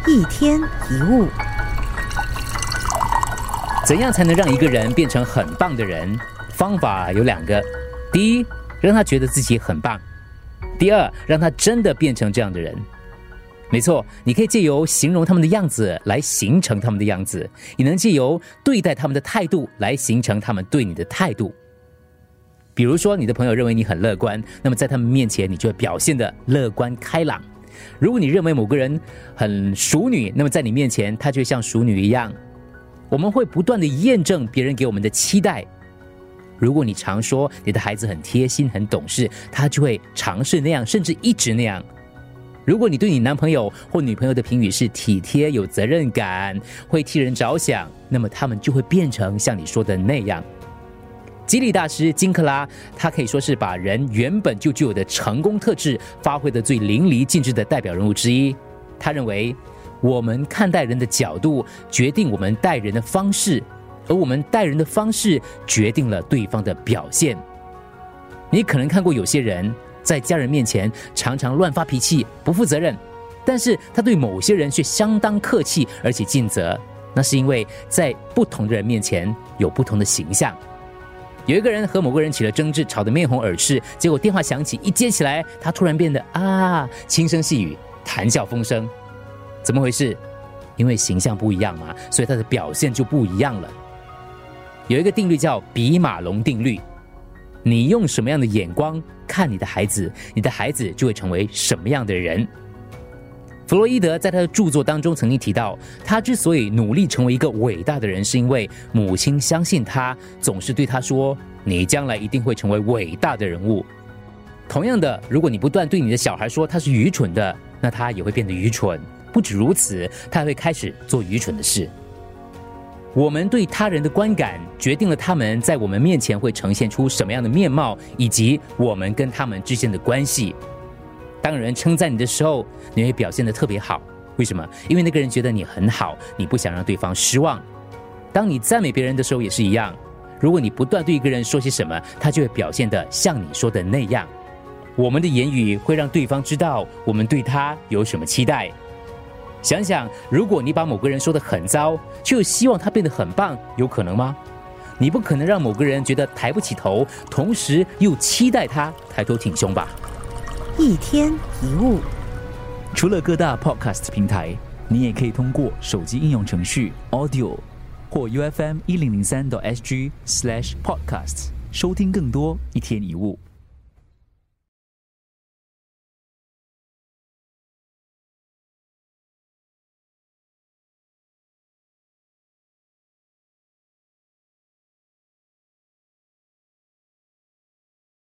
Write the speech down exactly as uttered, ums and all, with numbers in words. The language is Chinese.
一天一物。 怎样才能让一个人变成很棒的人？方法有两个：第一，让他觉得自己很棒；第二，让他真的变成这样的人。没错，你可以借由形容他们的样子来形成他们的样子，也能借由对待他们的态度来形成他们对你的态度。比如说，你的朋友认为你很乐观，那么在他们面前你就会表现得乐观开朗。如果你认为某个人很淑女，那么在你面前他就会像淑女一样。我们会不断地验证别人给我们的期待。如果你常说你的孩子很贴心很懂事，他就会尝试那样，甚至一直那样。如果你对你男朋友或女朋友的评语是体贴有责任感，会替人着想，那么他们就会变成像你说的那样。激励大师金克拉，他可以说是把人原本就具有的成功特质发挥得最淋漓尽致的代表人物之一。他认为，我们看待人的角度决定我们待人的方式，而我们待人的方式决定了对方的表现。你可能看过有些人在家人面前常常乱发脾气，不负责任，但是他对某些人却相当客气而且尽责，那是因为在不同的人面前有不同的形象。有一个人和某个人起了争执，吵得面红耳赤，结果电话响起，一接起来他突然变得啊轻声细语，谈笑风生。怎么回事？因为形象不一样嘛，所以他的表现就不一样了。有一个定律叫比马龙定律，你用什么样的眼光看你的孩子，你的孩子就会成为什么样的人。弗洛伊德在他的著作当中曾经提到，他之所以努力成为一个伟大的人，是因为母亲相信他，总是对他说，你将来一定会成为伟大的人物。同样的，如果你不断对你的小孩说他是愚蠢的，那他也会变得愚蠢。不止如此，他还会开始做愚蠢的事。我们对他人的观感决定了他们在我们面前会呈现出什么样的面貌，以及我们跟他们之间的关系。当人称赞你的时候，你会表现得特别好。为什么？因为那个人觉得你很好，你不想让对方失望。当你赞美别人的时候也是一样，如果你不断对一个人说些什么，他就会表现得像你说的那样。我们的言语会让对方知道我们对他有什么期待。想想，如果你把某个人说得很糟，却又希望他变得很棒，有可能吗？你不可能让某个人觉得抬不起头，同时又期待他抬头挺胸吧。 一天一物。 除了各大 podcast 平台，你也可以通过手机应用程序 Audio 或 U F M 一零零三 点 S G slash podcasts 收听更多一天一物。